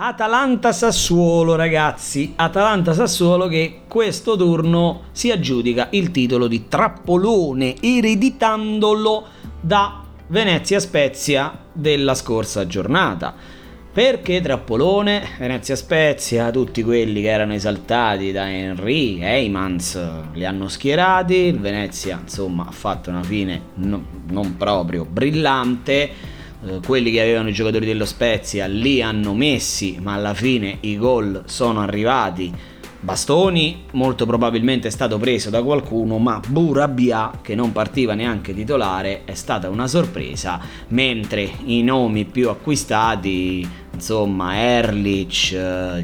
Atalanta-Sassuolo, ragazzi, Atalanta-Sassuolo che questo turno si aggiudica il titolo di trappolone, ereditandolo da Venezia-Spezia della scorsa giornata. Perché trappolone? Venezia-Spezia, tutti quelli che erano esaltati da Henry, Heymans, li hanno schierati, il Venezia insomma ha fatto una fine non proprio brillante. Quelli che avevano i giocatori dello Spezia li hanno messi, ma alla fine i gol sono arrivati. Bastoni molto probabilmente è stato preso da qualcuno, ma Burabia, che non partiva neanche titolare, è stata una sorpresa, mentre i nomi più acquistati, insomma Erlich,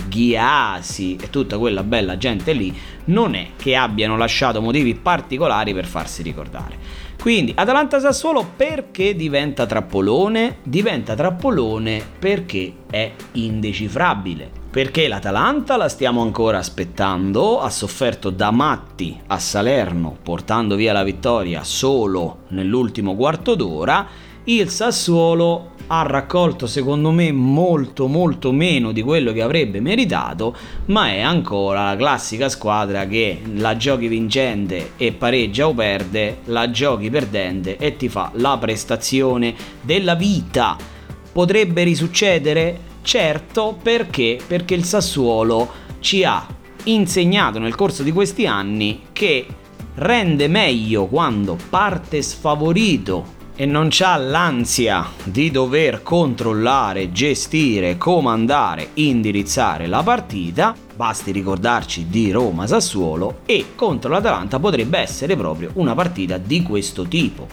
Ghiasi e tutta quella bella gente lì, non è che abbiano lasciato motivi particolari per farsi ricordare. Quindi Atalanta-Sassuolo perché diventa trappolone? Diventa trappolone perché è indecifrabile. Perché l'Atalanta la stiamo ancora aspettando, ha sofferto da matti a Salerno portando via la vittoria solo nell'ultimo quarto d'ora. Il Sassuolo ha raccolto secondo me molto meno di quello che avrebbe meritato, ma è ancora la classica squadra che la giochi vincente e pareggia o perde, la giochi perdente e ti fa la prestazione della vita. Potrebbe risuccedere? Certo, perché il Sassuolo ci ha insegnato nel corso di questi anni che rende meglio quando parte sfavorito e non c'ha l'ansia di dover controllare, gestire, comandare, indirizzare la partita. Basti ricordarci di Roma-Sassuolo, e contro l'Atalanta potrebbe essere proprio una partita di questo tipo.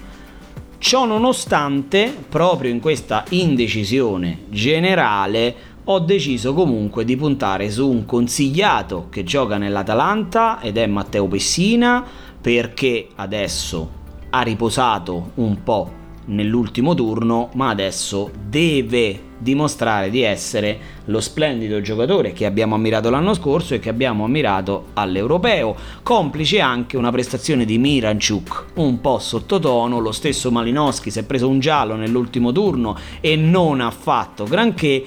Ciò nonostante, proprio in questa indecisione generale, ho deciso comunque di puntare su un consigliato che gioca nell'Atalanta ed è Matteo Pessina, perché adesso ha riposato un po' nell'ultimo turno, ma adesso deve dimostrare di essere lo splendido giocatore che abbiamo ammirato l'anno scorso e che abbiamo ammirato all'Europeo, complice anche una prestazione di Miranchuk un po' sottotono. Lo stesso Malinowski si è preso un giallo nell'ultimo turno e non ha fatto granché.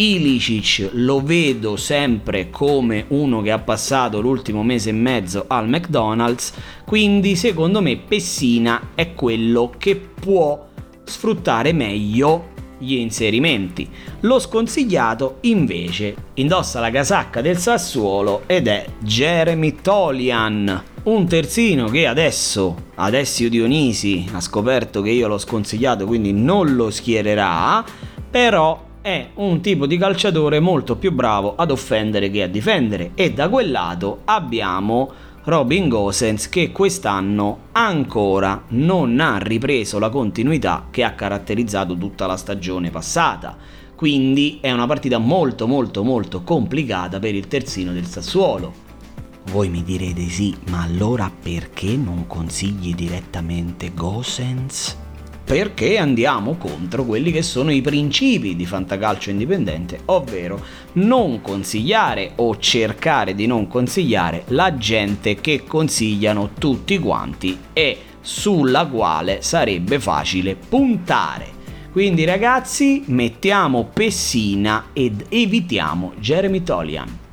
Ilicic lo vedo sempre come uno che ha passato l'ultimo mese e mezzo al McDonald's, quindi secondo me Pessina è quello che può sfruttare meglio gli inserimenti. Lo sconsigliato invece indossa la casacca del Sassuolo ed è Jeremy Tolian, un terzino che adesso Alessio Dionisi ha scoperto che io l'ho sconsigliato, quindi non lo schiererà, però è un tipo di calciatore molto più bravo ad offendere che a difendere, e da quel lato abbiamo Robin Gosens che quest'anno ancora non ha ripreso la continuità che ha caratterizzato tutta la stagione passata, quindi è una partita molto complicata per il terzino del Sassuolo. Voi mi direte sì, ma allora perché non consigli direttamente Gosens? Perché andiamo contro quelli che sono i principi di fantacalcio indipendente, ovvero non consigliare o cercare di non consigliare la gente che consigliano tutti quanti e sulla quale sarebbe facile puntare. Quindi ragazzi, mettiamo Pessina ed evitiamo Jeremy Tolian.